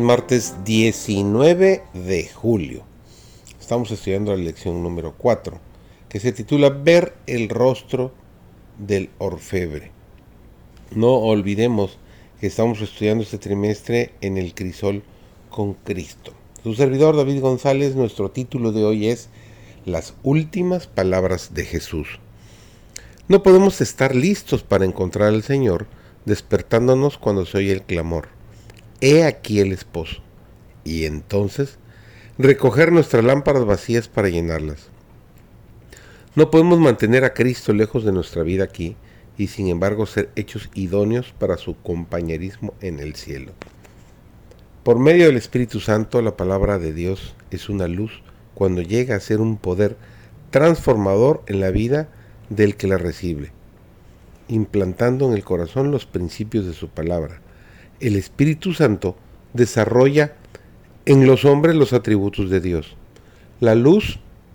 Martes 19 de julio. Estamos estudiando la lección número 4, que se titula Ver el rostro del orfebre. No olvidemos que estamos estudiando este trimestre en el crisol con Cristo. Su servidor David González, nuestro título de hoy es Las últimas palabras de Jesús. No podemos estar listos para encontrar al Señor despertándonos cuando se oye el clamor. He aquí el esposo. Y entonces recoger nuestras lámparas vacías para llenarlas. No podemos mantener a Cristo lejos de nuestra vida aquí y sin embargo ser hechos idóneos para su compañerismo en el cielo. Por medio del Espíritu Santo, la palabra de Dios es una luz cuando llega a ser un poder transformador en la vida del que la recibe, implantando en el corazón los principios de su palabra. El Espíritu Santo desarrolla en los hombres los atributos de Dios, la luz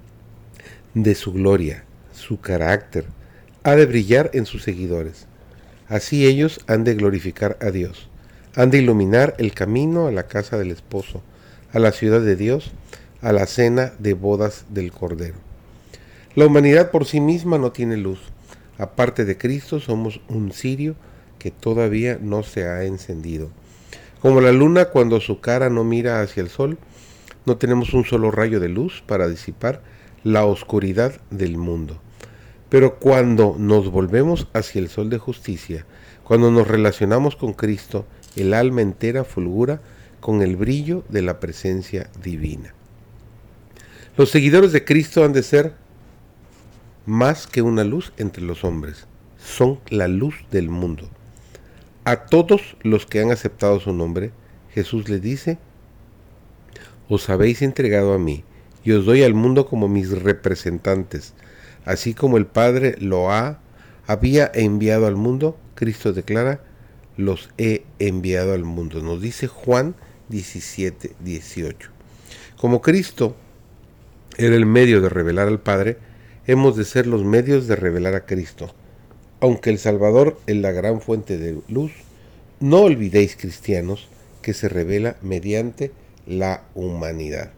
de su gloria, su carácter, ha de brillar en sus seguidores. Así ellos han de glorificar a Dios, han de iluminar el camino a la casa del esposo, a la ciudad de Dios, a la cena de bodas del Cordero. La humanidad por sí misma no tiene luz. Aparte de Cristo somos un cirio que todavía no se ha encendido. Como la luna cuando su cara no mira hacia el sol, no tenemos un solo rayo de luz para disipar la oscuridad del mundo. Pero cuando nos volvemos hacia el sol de justicia, cuando nos relacionamos con Cristo, el alma entera fulgura con el brillo de la presencia divina. Los seguidores de Cristo han de ser más que una luz entre los hombres, son la luz del mundo. A todos los que han aceptado su nombre, Jesús les dice: os habéis entregado a mí, y os doy al mundo como mis representantes. Así como el Padre había enviado al mundo, Cristo declara: los he enviado al mundo. Nos dice Juan 17:18. Como Cristo era el medio de revelar al Padre, hemos de ser los medios de revelar a Cristo. Aunque el Salvador es la gran fuente de luz, no olvidéis, cristianos, que se revela mediante la humanidad.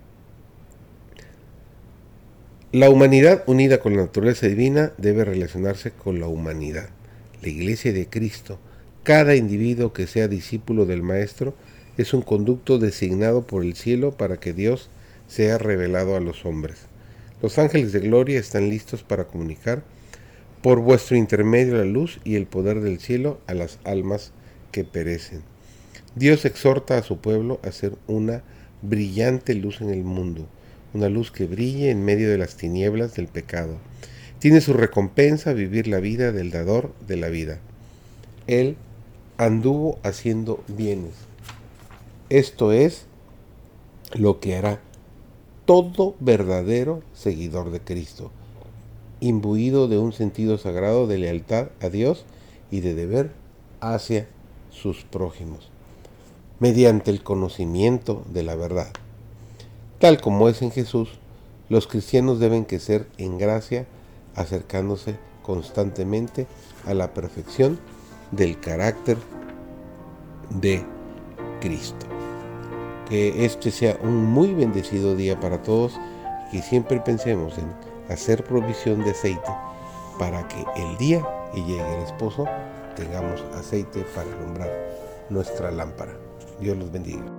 La humanidad unida con la naturaleza divina debe relacionarse con la humanidad. La Iglesia de Cristo, cada individuo que sea discípulo del Maestro, es un conducto designado por el cielo para que Dios sea revelado a los hombres. Los ángeles de gloria están listos para comunicar por vuestro intermedio la luz y el poder del cielo a las almas que perecen. Dios exhorta a su pueblo a ser una brillante luz en el mundo, una luz que brille en medio de las tinieblas del pecado. Tiene su recompensa vivir la vida del dador de la vida. Él anduvo haciendo bienes. Esto es lo que hará todo verdadero seguidor de Cristo, imbuido de un sentido sagrado de lealtad a Dios y de deber hacia sus prójimos, mediante el conocimiento de la verdad. Tal como es en Jesús, los cristianos deben crecer en gracia, acercándose constantemente a la perfección del carácter de Cristo. Que este sea un muy bendecido día para todos y que siempre pensemos en hacer provisión de aceite para que el día que llegue el esposo tengamos aceite para alumbrar nuestra lámpara. Dios los bendiga.